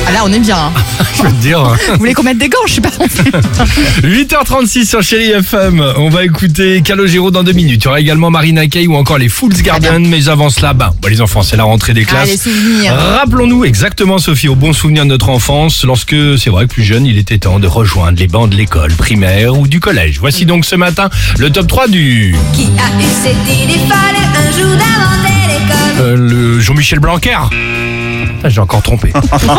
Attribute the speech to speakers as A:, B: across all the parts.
A: Ah là, on est bien. Hein.
B: Je veux te dire.
A: Vous voulez qu'on mette des gants? Je sais pas.
B: 8h36 sur Chérie FM. On va écouter Calogero dans 2 minutes. Il y aura également Marina Kaye ou encore les Fools Garden. Mais avant cela, les enfants, c'est la rentrée des classes.
A: Ah, les souvenirs.
B: Rappelons-nous exactement, Sophie, aux bons souvenirs de notre enfance, lorsque, c'est vrai que plus jeune, il était temps de rejoindre les bancs de l'école primaire ou du collège. Voici donc ce matin le top 3 du...
C: Qui a eu cette idée folle un jour d'inventer l'école?
B: Le Jean-Michel Blanquer. Ah, j'ai encore trompé.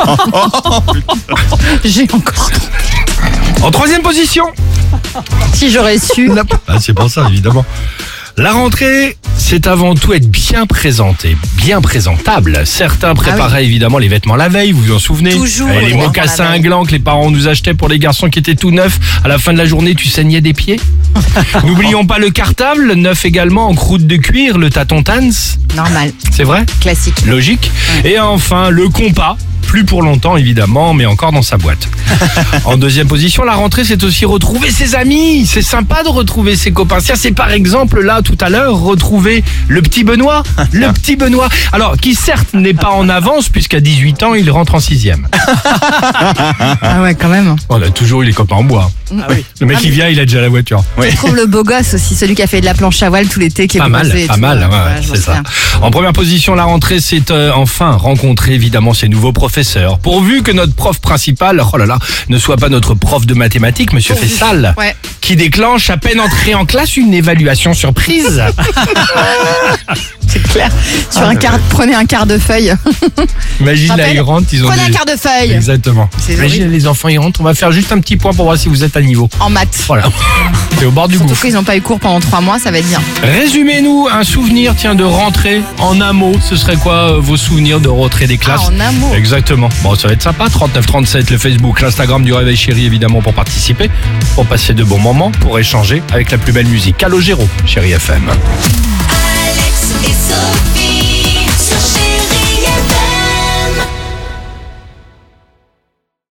A: J'ai encore.
B: En 3e position.
A: Si j'aurais su.
B: Ah, c'est pour ça, évidemment. La rentrée, c'est avant tout être bien présenté, bien présentable. Certains préparaient évidemment les vêtements la veille, vous vous en souvenez?
A: Toujours
B: Les
A: les
B: mocassins
A: vêtements la
B: à gland que les parents nous achetaient pour les garçons qui étaient tout neufs. À la fin de la journée, tu saignais des pieds. N'oublions pas le cartable, neuf également en croûte de cuir, le tâton Tans.
A: Normal.
B: C'est vrai?
A: Classique.
B: Logique. Et enfin, le compas. Plus pour longtemps évidemment, mais encore dans sa boîte. En 2e position, la rentrée, c'est aussi retrouver ses amis. C'est sympa de retrouver ses copains. Tiens, c'est par exemple là tout à l'heure retrouver le petit Benoît. Le petit Benoît. Alors, qui certes n'est pas en avance puisqu'à 18 ans, il rentre en 6e.
A: Ah ouais, quand même.
B: On a toujours eu les copains en bois.
A: Ah oui.
B: Le mec il vient, il a déjà la voiture.
A: Je trouve le beau gosse aussi, celui qui a fait de la planche à voile tout l'été, qui est
B: Pas mal,
A: bronzé et
B: pas
A: tout.
B: mal, ouais,
A: je
B: c'est
A: m'en
B: ça.
A: souviens.
B: En première position, la rentrée, c'est enfin rencontrer évidemment ses nouveaux professeurs. Pourvu que notre prof principal, ne soit pas notre prof de mathématiques, Monsieur Fessal,
A: Ouais.
B: qui déclenche à peine entré en classe une évaluation surprise.
A: C'est clair. Prenez un quart de feuille.
B: Imagine là,
A: Rappel,
B: ils rentrent, ils ont
A: Prenez
B: des...
A: un quart de feuille.
B: Exactement.
A: C'est
B: Imagine
A: horrible.
B: les enfants, ils rentrent, on va faire juste un petit point pour voir si vous êtes à niveau.
A: En maths.
B: Voilà. C'est au bord du
A: Surtout
B: gouffre.
A: qu'ils n'ont pas eu cours pendant 3 mois, ça va être bien.
B: Résumez-nous un souvenir, de rentrée en un mot. Ce serait quoi vos souvenirs de rentrée des classes?
A: Ah, en un mot.
B: Exactement. Bon, ça va être sympa. 3937, le Facebook, l'Instagram du Réveil Chéri, évidemment, pour participer, pour passer de bons moments, pour échanger avec la plus belle musique. Calogero, Chéri FM.
C: Alex et Sophie.